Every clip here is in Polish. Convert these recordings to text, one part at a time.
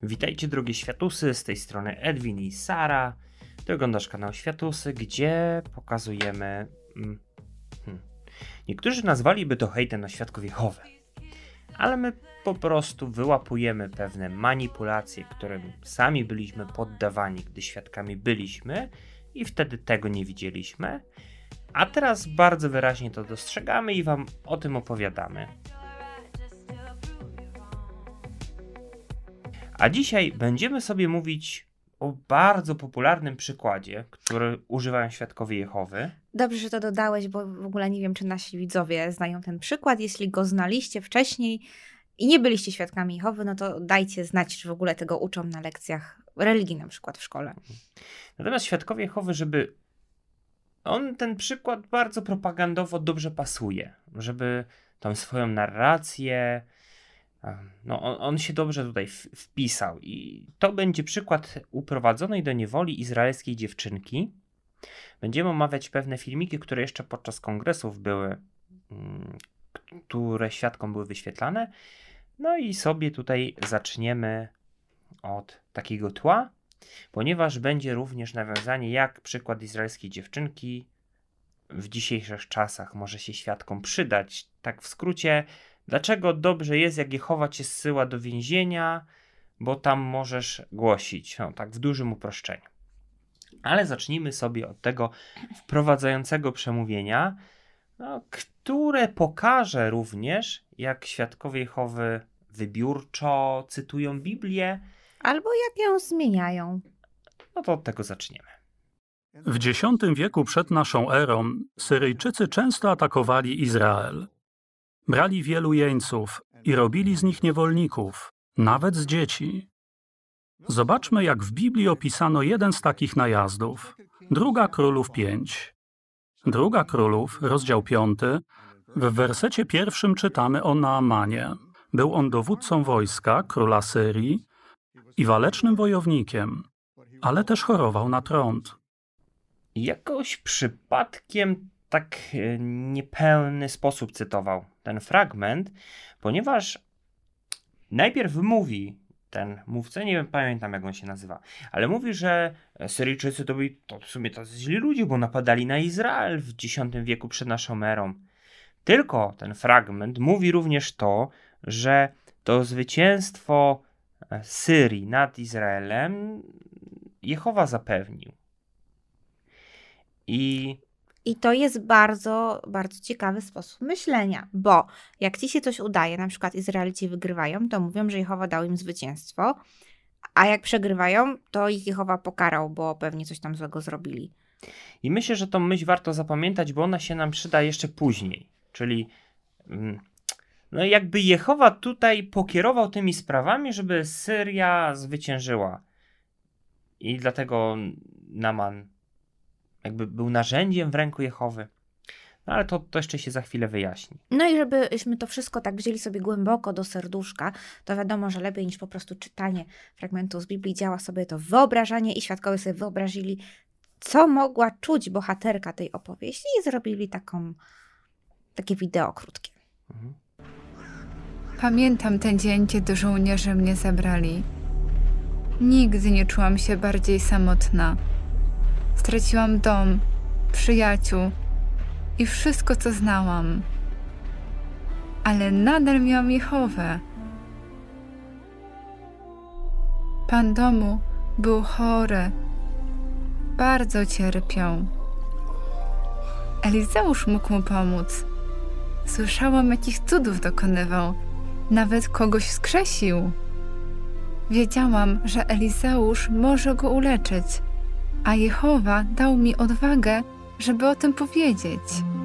Witajcie drogie Światusy, z tej strony Edwin i Sara. Ty oglądasz kanał Światusy, gdzie pokazujemy... Niektórzy nazwaliby to hejtem na Świadków Jehowy, ale my po prostu wyłapujemy pewne manipulacje, którym sami byliśmy poddawani, gdy świadkami byliśmy i wtedy tego nie widzieliśmy, a teraz bardzo wyraźnie to dostrzegamy i wam o tym opowiadamy. A dzisiaj będziemy sobie mówić o bardzo popularnym przykładzie, który używają Świadkowie Jehowy. Dobrze, że to dodałeś, bo w ogóle nie wiem, czy nasi widzowie znają ten przykład. Jeśli go znaliście wcześniej i nie byliście Świadkami Jehowy, no to dajcie znać, czy w ogóle tego uczą na lekcjach religii, na przykład w szkole. Natomiast Świadkowie Jehowy, ten przykład bardzo propagandowo dobrze pasuje, żeby tą swoją narrację, on się dobrze tutaj wpisał i to będzie przykład uprowadzonej do niewoli izraelskiej dziewczynki. Będziemy omawiać pewne filmiki, które jeszcze podczas kongresów były, które świadkom były wyświetlane. No i sobie tutaj zaczniemy od takiego tła, ponieważ będzie również nawiązanie, jak przykład izraelskiej dziewczynki w dzisiejszych czasach może się świadkom przydać. Tak w skrócie, dlaczego dobrze jest, jak Jehowa cię zsyła do więzienia, bo tam możesz głosić. Tak w dużym uproszczeniu. Ale zacznijmy sobie od tego wprowadzającego przemówienia, które pokaże również, jak Świadkowie Jehowy wybiórczo cytują Biblię. Albo jak ją zmieniają. No to od tego zaczniemy. W X wieku przed naszą erą Syryjczycy często atakowali Izrael. Brali wielu jeńców i robili z nich niewolników, nawet z dzieci. Zobaczmy, jak w Biblii opisano jeden z takich najazdów. 2 Królów 5. 2 Królów, rozdział 5. W wersecie 1 czytamy o Naamanie. Był on dowódcą wojska króla Syrii i walecznym wojownikiem, ale też chorował na trąd. Jakoś przypadkiem tak niepełny sposób cytował ten fragment, ponieważ najpierw mówi ten mówca, nie wiem, pamiętam jak on się nazywa, ale mówi, że Syryjczycy to byli w sumie tacy źli ludzie, bo napadali na Izrael w X wieku przed naszą erą. Tylko ten fragment mówi również to, że to zwycięstwo Syrii nad Izraelem Jehowa zapewnił. I to jest bardzo, bardzo ciekawy sposób myślenia, bo jak ci się coś udaje, na przykład Izraelici wygrywają, to mówią, że Jehowa dał im zwycięstwo, a jak przegrywają, to ich Jehowa pokarał, bo pewnie coś tam złego zrobili. I myślę, że tą myśl warto zapamiętać, bo ona się nam przyda jeszcze później. Czyli jakby Jehowa tutaj pokierował tymi sprawami, żeby Syria zwyciężyła. I dlatego Naaman jakby był narzędziem w ręku Jehowy. No ale to jeszcze się za chwilę wyjaśni. No i żebyśmy to wszystko tak wzięli sobie głęboko do serduszka, to wiadomo, że lepiej niż po prostu czytanie fragmentu z Biblii działa sobie to wyobrażanie i świadkowie sobie wyobrazili, co mogła czuć bohaterka tej opowieści i zrobili takie wideo krótkie. Pamiętam ten dzień, kiedy żołnierze mnie zabrali. Nigdy nie czułam się bardziej samotna. Straciłam dom, przyjaciół i wszystko, co znałam. Ale nadal miałam Jehowę. Pan domu był chory. Bardzo cierpiał. Elizeusz mógł mu pomóc. Słyszałam, jakich cudów dokonywał. Nawet kogoś wskrzesił. Wiedziałam, że Elizeusz może go uleczyć, a Jehowa dał mi odwagę, żeby o tym powiedzieć.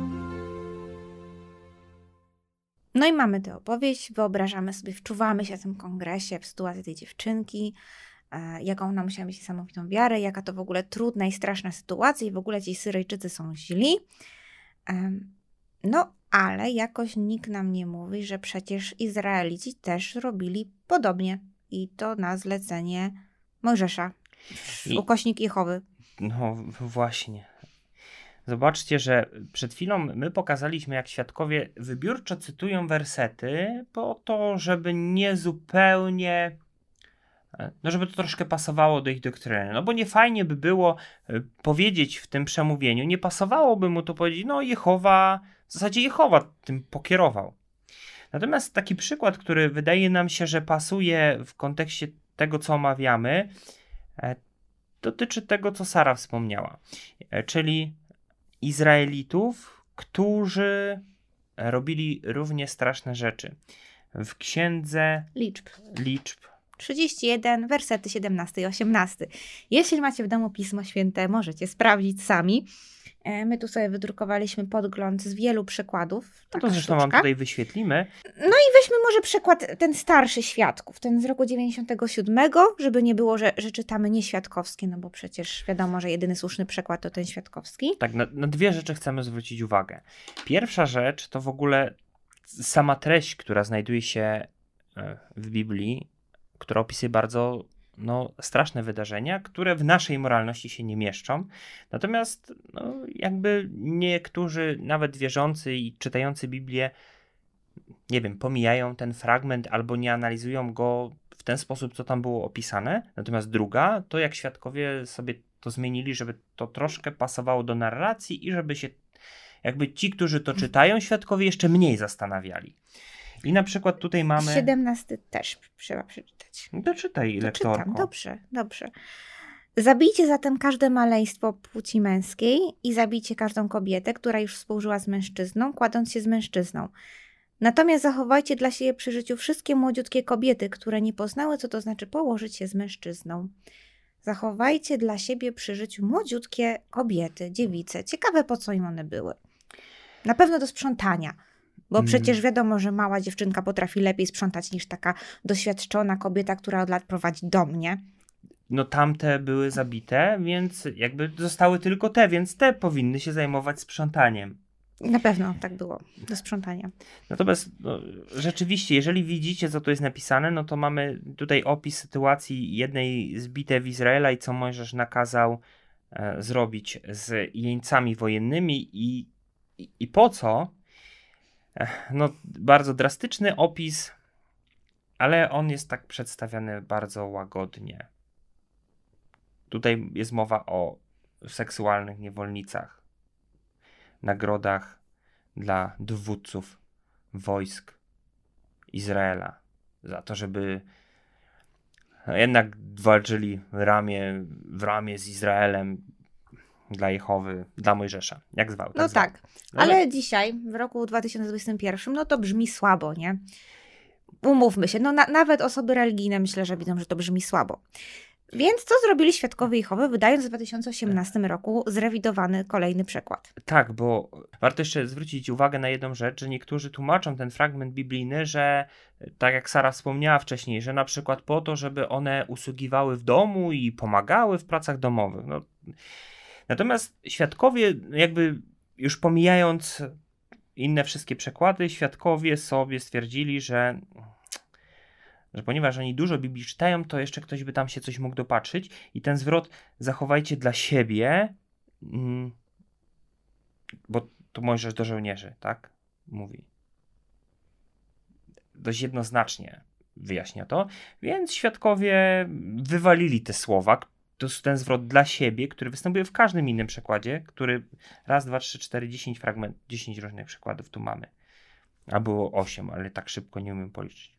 No i mamy tę opowieść, wyobrażamy sobie, wczuwamy się w tym kongresie, w sytuację tej dziewczynki, jaką ona musiała mieć niesamowitą wiarę, jaka to w ogóle trudna i straszna sytuacja i w ogóle ci Syryjczycy są źli. No, ale jakoś nikt nam nie mówi, że przecież Izraelici też robili podobnie i to na zlecenie Mojżesza, ukośnik Jehowy. No właśnie. Zobaczcie, że przed chwilą my pokazaliśmy, jak świadkowie wybiórczo cytują wersety po to, żeby nie zupełnie no żeby to troszkę pasowało do ich doktryny. No bo nie fajnie by było powiedzieć w tym przemówieniu, nie pasowałoby mu to powiedzieć, no Jehowa, w zasadzie Jehowa tym pokierował. Natomiast taki przykład, który wydaje nam się, że pasuje w kontekście tego, co omawiamy, dotyczy tego, co Sara wspomniała, czyli Izraelitów, którzy robili równie straszne rzeczy. W księdze Liczb 31, wersety 17 i 18. Jeśli macie w domu Pismo Święte, możecie sprawdzić sami. My tu sobie wydrukowaliśmy podgląd z wielu przykładów. No to zresztą wam tutaj wyświetlimy. No i weźmy może przykład ten starszy Świadków, ten z roku 97, żeby nie było, że czytamy nieświadkowskie, no bo przecież wiadomo, że jedyny słuszny przykład to ten świadkowski. Tak, na dwie rzeczy chcemy zwrócić uwagę. Pierwsza rzecz to w ogóle sama treść, która znajduje się w Biblii, która opisuje bardzo straszne wydarzenia, które w naszej moralności się nie mieszczą. Natomiast jakby niektórzy, nawet wierzący i czytający Biblię, nie wiem, pomijają ten fragment albo nie analizują go w ten sposób, co tam było opisane. Natomiast druga, to jak świadkowie sobie to zmienili, żeby to troszkę pasowało do narracji i żeby się jakby ci, którzy to czytają, świadkowie jeszcze mniej zastanawiali. I na przykład tutaj mamy... 17 też trzeba przeczytać. To czytaj, lektorko. Czytam, dobrze. Zabijcie zatem każde maleństwo płci męskiej i zabijcie każdą kobietę, która już współżyła z mężczyzną, kładąc się z mężczyzną. Natomiast zachowajcie dla siebie przy życiu wszystkie młodziutkie kobiety, które nie poznały, co to znaczy położyć się z mężczyzną. Zachowajcie dla siebie przy życiu młodziutkie kobiety, dziewice. Ciekawe, po co im one były. Na pewno do sprzątania. Bo przecież wiadomo, że mała dziewczynka potrafi lepiej sprzątać niż taka doświadczona kobieta, która od lat prowadzi dom, nie? No tamte były zabite, więc jakby zostały tylko te, więc te powinny się zajmować sprzątaniem. Na pewno tak było, do sprzątania. Natomiast rzeczywiście, jeżeli widzicie, co tu jest napisane, no to mamy tutaj opis sytuacji jednej z bitew Izraela i co Mojżesz nakazał zrobić z jeńcami wojennymi i po co. No, bardzo drastyczny opis, ale on jest tak przedstawiany bardzo łagodnie. Tutaj jest mowa o seksualnych niewolnicach, nagrodach dla dowódców wojsk Izraela za to, żeby jednak walczyli ramię w ramię z Izraelem dla Jehowy, dla Mojżesza. Jak zwał? No tak, ale dzisiaj, w roku 2021, no to brzmi słabo, nie? Umówmy się, no nawet osoby religijne myślę, że widzą, że to brzmi słabo. Więc co zrobili świadkowie Jehowy, wydając w 2018 roku zrewidowany kolejny przekład? Tak, bo warto jeszcze zwrócić uwagę na jedną rzecz, że niektórzy tłumaczą ten fragment biblijny, że tak jak Sara wspomniała wcześniej, że na przykład po to, żeby one usługiwały w domu i pomagały w pracach domowych. No. Natomiast świadkowie, jakby już pomijając inne wszystkie przekłady, świadkowie sobie stwierdzili, że ponieważ oni dużo Biblii czytają, to jeszcze ktoś by tam się coś mógł dopatrzyć i ten zwrot zachowajcie dla siebie, bo to Mojżesz do żołnierzy, tak? Mówi. Dość jednoznacznie wyjaśnia to, więc świadkowie wywalili te słowa. To jest ten zwrot dla siebie, który występuje w każdym innym przekładzie, który raz, 2, 3, 4, 10 fragmentów, 10 różnych przykładów tu mamy. A było 8, ale tak szybko nie umiem policzyć.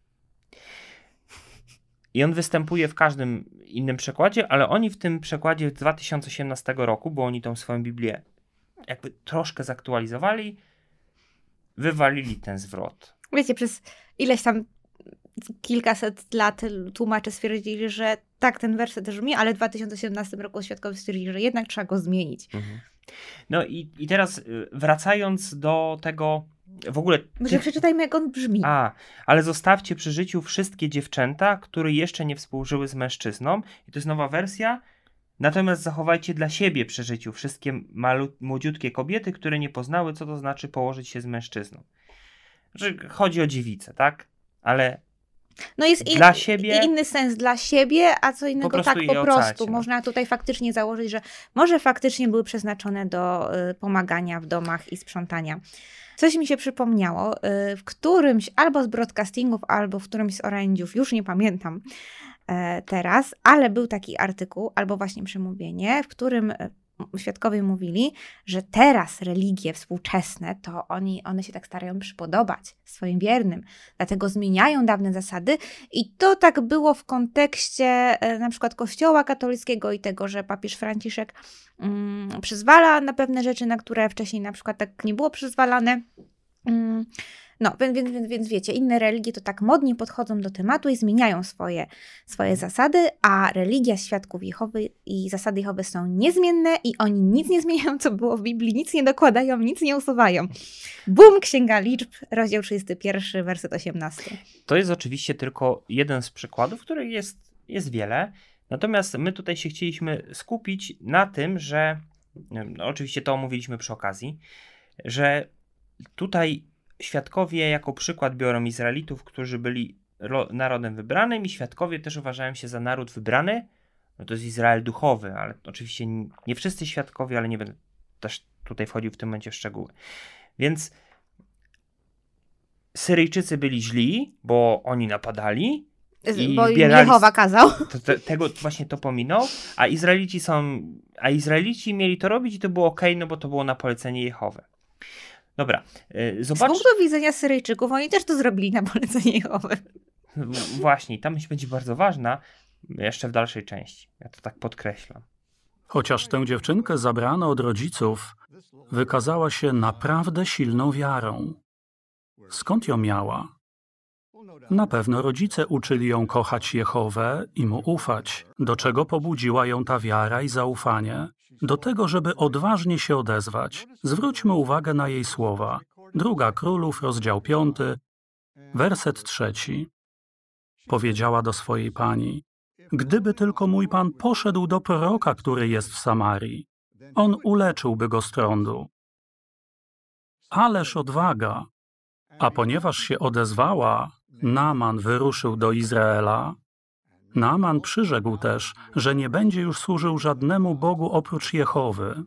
I on występuje w każdym innym przekładzie, ale oni w tym przekładzie z 2018 roku, bo oni tą swoją Biblię jakby troszkę zaktualizowali, wywalili ten zwrot. Wiecie, przez ileś tam kilkaset lat tłumacze stwierdzili, że tak, ten werset brzmi, ale w 2017 roku świadkowie stwierdzili, że jednak trzeba go zmienić. No i teraz wracając do tego, w ogóle... Może przeczytajmy, jak on brzmi. Ale zostawcie przy życiu wszystkie dziewczęta, które jeszcze nie współżyły z mężczyzną. I to jest nowa wersja. Natomiast zachowajcie dla siebie przy życiu wszystkie młodziutkie kobiety, które nie poznały, co to znaczy położyć się z mężczyzną. Znaczy, chodzi o dziewicę, tak? Ale no jest dla siebie... inny sens dla siebie, a co innego tak po prostu. No. Można tutaj faktycznie założyć, że może faktycznie były przeznaczone do pomagania w domach i sprzątania. Coś mi się przypomniało, w którymś albo z broadcastingów, albo w którymś z orędziów, już nie pamiętam, teraz, ale był taki artykuł albo właśnie przemówienie, w którym świadkowie mówili, że teraz religie współczesne, to one się tak starają przypodobać swoim wiernym, dlatego zmieniają dawne zasady i to tak było w kontekście na przykład Kościoła katolickiego i tego, że papież Franciszek przyzwala na pewne rzeczy, na które wcześniej na przykład tak nie było przyzwalane. No, więc wiecie, inne religie to tak modnie podchodzą do tematu i zmieniają swoje zasady, a religia Świadków Jehowy i zasady Jehowy są niezmienne i oni nic nie zmieniają, co było w Biblii, nic nie dokładają, nic nie usuwają. Bum, Księga Liczb, rozdział 31, werset 18. To jest oczywiście tylko jeden z przykładów, których jest wiele, natomiast my tutaj się chcieliśmy skupić na tym, że, no oczywiście to omówiliśmy przy okazji, że tutaj świadkowie jako przykład biorą Izraelitów, którzy byli narodem wybranym i świadkowie też uważają się za naród wybrany. No to jest Izrael duchowy, ale oczywiście nie wszyscy świadkowie, ale nie będę też tutaj wchodził w tym momencie w szczegóły. Więc Syryjczycy byli źli, bo oni napadali. Bo im Jehowa kazał. Tego właśnie to pominął, a Izraelici mieli to robić i to było okej, no bo to było na polecenie Jehowy. Dobra, zobacz. Z punktu widzenia Syryjczyków, oni też to zrobili na polecenie Jehowy. Właśnie, ta myśl będzie bardzo ważna jeszcze w dalszej części. Ja to tak podkreślam. Chociaż tę dziewczynkę zabrano od rodziców, wykazała się naprawdę silną wiarą. Skąd ją miała? Na pewno rodzice uczyli ją kochać Jehowę i mu ufać, do czego pobudziła ją ta wiara i zaufanie. Do tego, żeby odważnie się odezwać. Zwróćmy uwagę na jej słowa. 2 Królów, rozdział 5, werset 3. Powiedziała do swojej pani: gdyby tylko mój pan poszedł do proroka, który jest w Samarii, on uleczyłby go z trądu. Ależ odwaga! A ponieważ się odezwała, Naaman wyruszył do Izraela. Naaman przyrzekł też, że nie będzie już służył żadnemu Bogu oprócz Jehowy.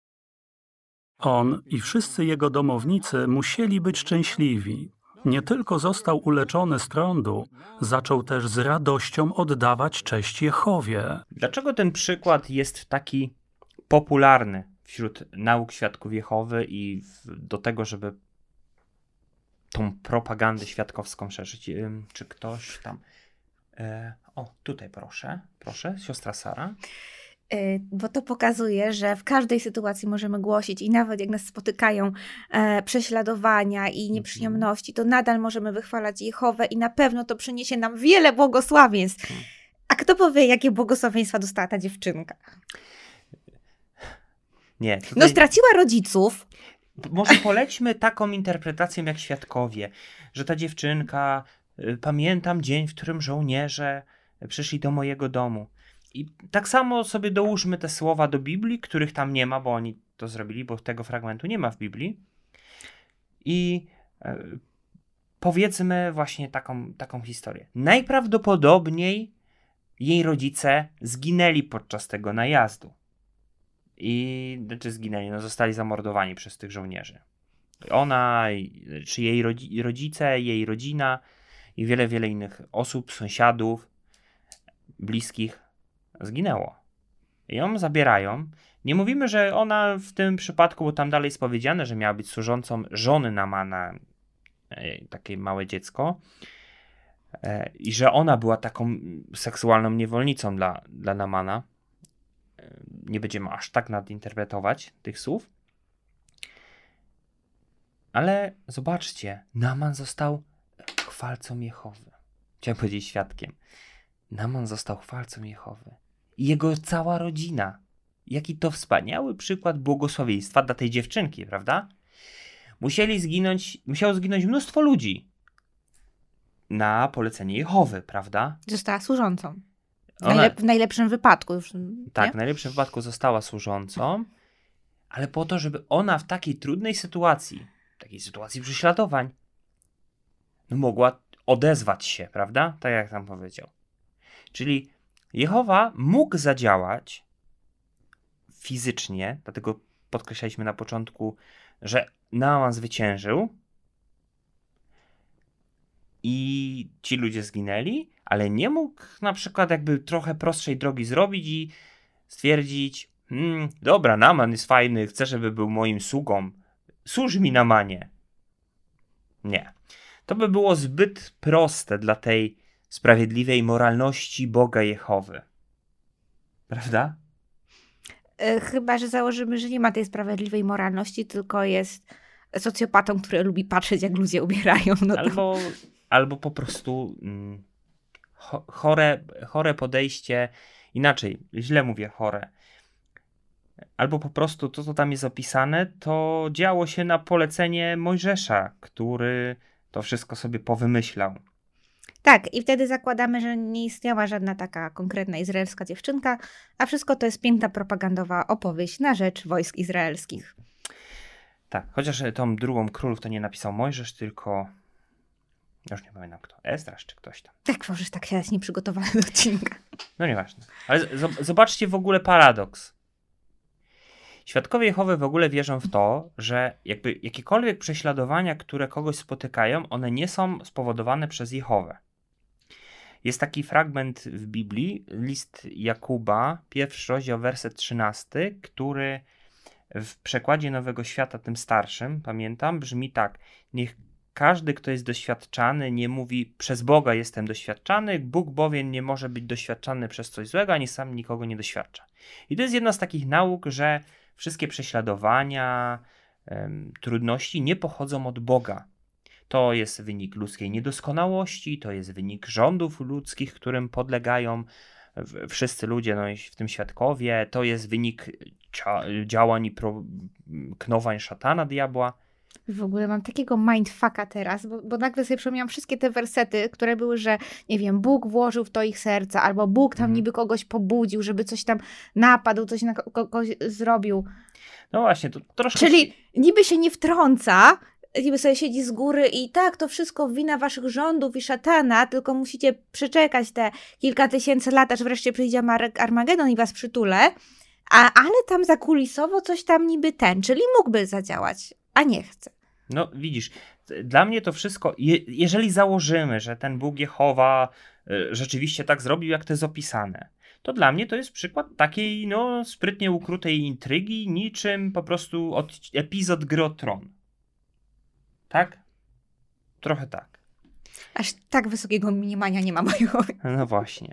On i wszyscy jego domownicy musieli być szczęśliwi. Nie tylko został uleczony z trądu, zaczął też z radością oddawać cześć Jehowie. Dlaczego ten przykład jest taki popularny wśród nauk Świadków Jehowy i do tego, żeby tą propagandę świadkowską szerzyć? Czy ktoś tam... O, tutaj proszę, siostra Sara. Bo to pokazuje, że w każdej sytuacji możemy głosić i nawet jak nas spotykają prześladowania i nieprzyjemności, to nadal możemy wychwalać Jehowę i na pewno to przyniesie nam wiele błogosławieństw. A kto powie, jakie błogosławieństwa dostała ta dziewczynka? Nie. Tutaj... No straciła rodziców. Może polećmy taką interpretacją jak świadkowie, że ta dziewczynka... Pamiętam dzień, w którym żołnierze przyszli do mojego domu. I tak samo sobie dołóżmy te słowa do Biblii, których tam nie ma, bo oni to zrobili, bo tego fragmentu nie ma w Biblii. I powiedzmy właśnie taką historię. Najprawdopodobniej jej rodzice zginęli podczas tego najazdu. Zginęli, zostali zamordowani przez tych żołnierzy. Ona, czy jej rodzice, jej rodzina i wiele, wiele innych osób, sąsiadów, bliskich zginęło. I ją zabierają. Nie mówimy, że ona w tym przypadku, bo tam dalej jest powiedziane, że miała być służącą żony Naamana, takie małe dziecko, i że ona była taką seksualną niewolnicą dla Naamana. Nie będziemy aż tak nadinterpretować tych słów. Ale zobaczcie, Naaman został chwalcą Jehowy. Chciałem powiedzieć świadkiem. Naaman został chwalcą Jehowy. I jego cała rodzina. Jaki to wspaniały przykład błogosławieństwa dla tej dziewczynki, prawda? Musiało zginąć mnóstwo ludzi na polecenie Jehowy, prawda? Została służącą. Ona... W najlepszym wypadku już. Tak, nie? w najlepszym wypadku została służącą, ale po to, żeby ona w takiej trudnej sytuacji, prześladowań, mogła odezwać się, prawda? Tak jak tam powiedział. Czyli Jehowa mógł zadziałać fizycznie, dlatego podkreślaliśmy na początku, że Naaman zwyciężył i ci ludzie zginęli, ale nie mógł na przykład jakby trochę prostszej drogi zrobić i stwierdzić, dobra, Naaman jest fajny, chcę, żeby był moim sługą, służ mi, Naamanie. Nie. To by było zbyt proste dla tej sprawiedliwej moralności Boga Jehowy. Prawda? Chyba, że założymy, że nie ma tej sprawiedliwej moralności, tylko jest socjopatą, który lubi patrzeć, jak ludzie ubierają. No to... albo po prostu chore podejście, inaczej, źle mówię chore. Albo po prostu to, co tam jest opisane, to działo się na polecenie Mojżesza, który to wszystko sobie powymyślał. Tak, i wtedy zakładamy, że nie istniała żadna taka konkretna izraelska dziewczynka, a wszystko to jest piękna propagandowa opowieść na rzecz wojsk izraelskich. Tak, chociaż tą drugą królów to nie napisał Mojżesz, tylko już nie pamiętam kto, Ezdrasz czy ktoś tam. Tak, możesz tak siadać nieprzygotowany do odcinka. No nieważne. Ale zobaczcie w ogóle paradoks. Świadkowie Jehowy w ogóle wierzą w to, że jakby jakiekolwiek prześladowania, które kogoś spotykają, one nie są spowodowane przez Jehowę. Jest taki fragment w Biblii, list Jakuba, 1 rozdział, werset 13, który w przekładzie Nowego Świata, tym starszym, pamiętam, brzmi tak: niech każdy, kto jest doświadczany, nie mówi przez Boga jestem doświadczany, Bóg bowiem nie może być doświadczany przez coś złego, ani sam nikogo nie doświadcza. I to jest jedna z takich nauk, że wszystkie prześladowania, trudności nie pochodzą od Boga. To jest wynik ludzkiej niedoskonałości, to jest wynik rządów ludzkich, którym podlegają wszyscy ludzie, no i w tym świadkowie, to jest wynik działań i knowań szatana, diabła. W ogóle mam takiego mindfucka teraz, bo nagle sobie przypomniałam wszystkie te wersety, które były, że nie wiem, Bóg włożył w to ich serca, albo Bóg tam niby kogoś pobudził, żeby coś tam napadł, coś na kogoś zrobił. No właśnie, to troszkę... Czyli niby się nie wtrąca, niby sobie siedzi z góry i tak, to wszystko wina waszych rządów i szatana, tylko musicie przeczekać te kilka tysięcy lat, aż wreszcie przyjdzie Armagedon i was przytule, ale tam zakulisowo coś tam niby czyli mógłby zadziałać, a nie chce. No widzisz, dla mnie to wszystko, jeżeli założymy, że ten Bóg Jehowa rzeczywiście tak zrobił, jak to jest opisane, to dla mnie to jest przykład takiej no sprytnie ukrutej intrygi, niczym po prostu epizod Gry o Tron. Tak? Trochę tak. Aż tak wysokiego mniemania nie ma mojego. No właśnie.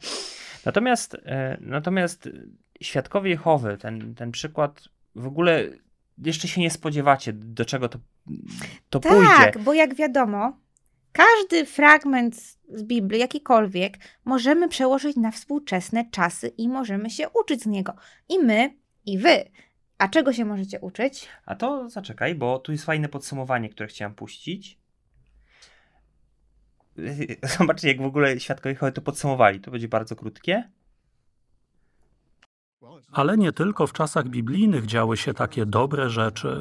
Natomiast świadkowie Jehowy, ten przykład w ogóle jeszcze się nie spodziewacie, do czego to pójdzie. Tak, bo jak wiadomo, każdy fragment z Biblii, jakikolwiek, możemy przełożyć na współczesne czasy i możemy się uczyć z niego. I my, i wy. A czego się możecie uczyć? A to zaczekaj, bo tu jest fajne podsumowanie, które chciałem puścić. Zobaczcie, jak w ogóle świadkowie Jehowy to podsumowali. To będzie bardzo krótkie. Ale nie tylko w czasach biblijnych działy się takie dobre rzeczy.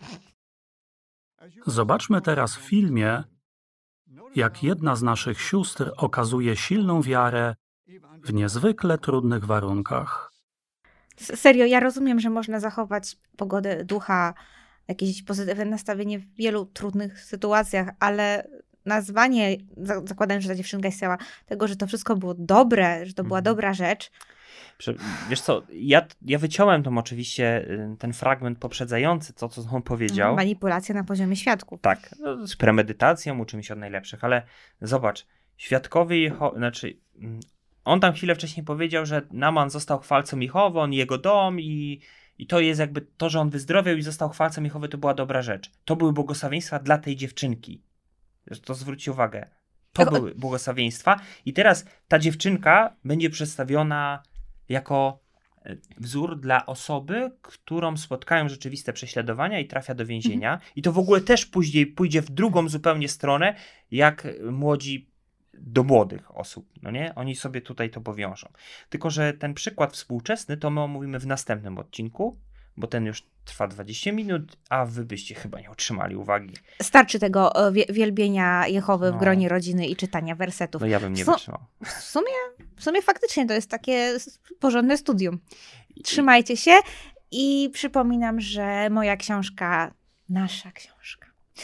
Zobaczmy teraz w filmie, jak jedna z naszych sióstr okazuje silną wiarę w niezwykle trudnych warunkach. Serio, ja rozumiem, że można zachować pogodę ducha, jakieś pozytywne nastawienie w wielu trudnych sytuacjach, ale nazwanie, zakładając, że ta dziewczynka chciała tego, że to wszystko było dobre, że to była dobra rzecz. Wiesz co, ja wyciąłem tam oczywiście ten fragment poprzedzający to, co on powiedział. Manipulacja na poziomie świadków. Tak, no, z premedytacją, uczymy się od najlepszych, ale zobacz, świadkowie Jehowy, znaczy on tam chwilę wcześniej powiedział, że Naaman został chwalcą Jehowy, on jego dom i to jest jakby to, że on wyzdrowiał i został chwalcą Jehowy, to była dobra rzecz. To były błogosławieństwa dla tej dziewczynki. To zwróćcie uwagę. To były błogosławieństwa i teraz ta dziewczynka będzie przedstawiona jako wzór dla osoby, którą spotkają rzeczywiste prześladowania i trafia do więzienia. I to w ogóle też później pójdzie w drugą zupełnie stronę, jak młodzi do młodych osób, no nie? Oni sobie tutaj to powiążą. Tylko że ten przykład współczesny to my omówimy w następnym odcinku, bo ten już trwa 20 minut, a wy byście chyba nie utrzymali uwagi. Starczy tego wielbienia Jehowy w gronie rodziny i czytania wersetów. No ja bym nie wytrzymał. W sumie faktycznie to jest takie porządne studium. Trzymajcie się i przypominam, że moja książka, nasza książka,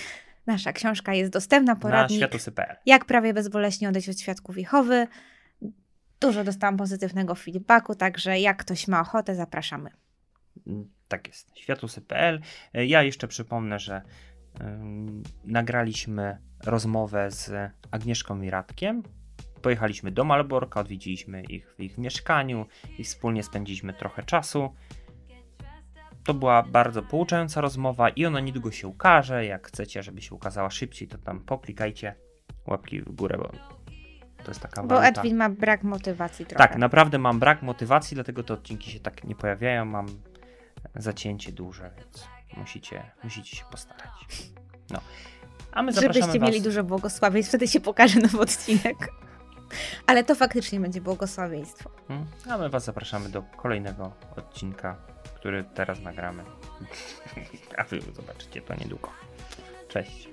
Nasza książka jest dostępna, na poradnik światosy.pl. jak prawie bezboleśnie odejść od świadków Jehowy. Dużo dostałam pozytywnego feedbacku, także jak ktoś ma ochotę, zapraszamy. Tak jest, światosy.pl. Ja jeszcze przypomnę, że nagraliśmy rozmowę z Agnieszką i Radkiem. Pojechaliśmy do Malborka, odwiedziliśmy ich w ich mieszkaniu i wspólnie spędziliśmy trochę czasu. To była bardzo pouczająca rozmowa i ona niedługo się ukaże. Jak chcecie, żeby się ukazała szybciej, to tam poklikajcie łapki w górę, bo to jest taka Bo waluta. Edwin ma brak motywacji trochę. Tak, naprawdę mam brak motywacji, dlatego te odcinki się tak nie pojawiają. Mam zacięcie duże, więc musicie się postarać. No. A my zapraszamy Żebyście was... mieli dużo błogosławieństw, wtedy się pokaże nowy odcinek. Ale to faktycznie będzie błogosławieństwo. A my was zapraszamy do kolejnego odcinka, który teraz nagramy. A wy zobaczycie to niedługo. Cześć.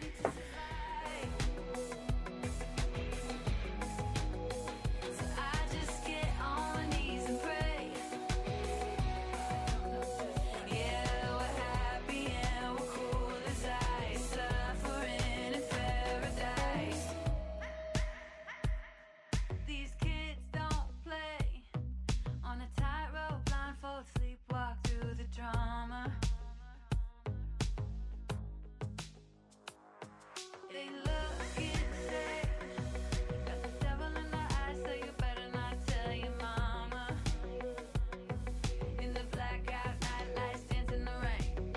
These kids don't play on a tightrope, blindfold, sleepwalk through the drama. They look insane, got the devil in their eyes, so you better not tell your mama. In the blackout night lights, dance in the rain.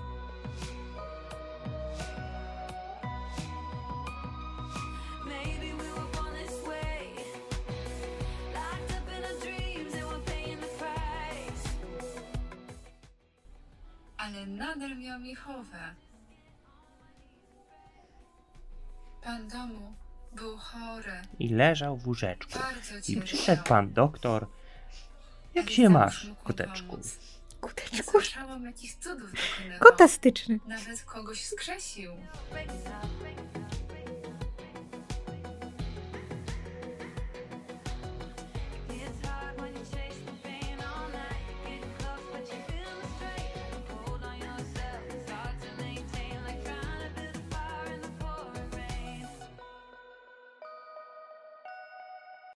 Maybe we were born this way, locked up in our dreams and we're paying the price. Ale nadal miał Jehowę. Pan domu był chory, I leżał w łóżeczku. bardzo I cierpiał. przyszedł pan doktor. Jak Ale się zawsze masz, mógł mi koteczku? pomóc. Kuteczku. Słyszałam, jakich cudów dokonywał. Kotastyczny. Nawet kogoś skrzesił. Break it up, break it up.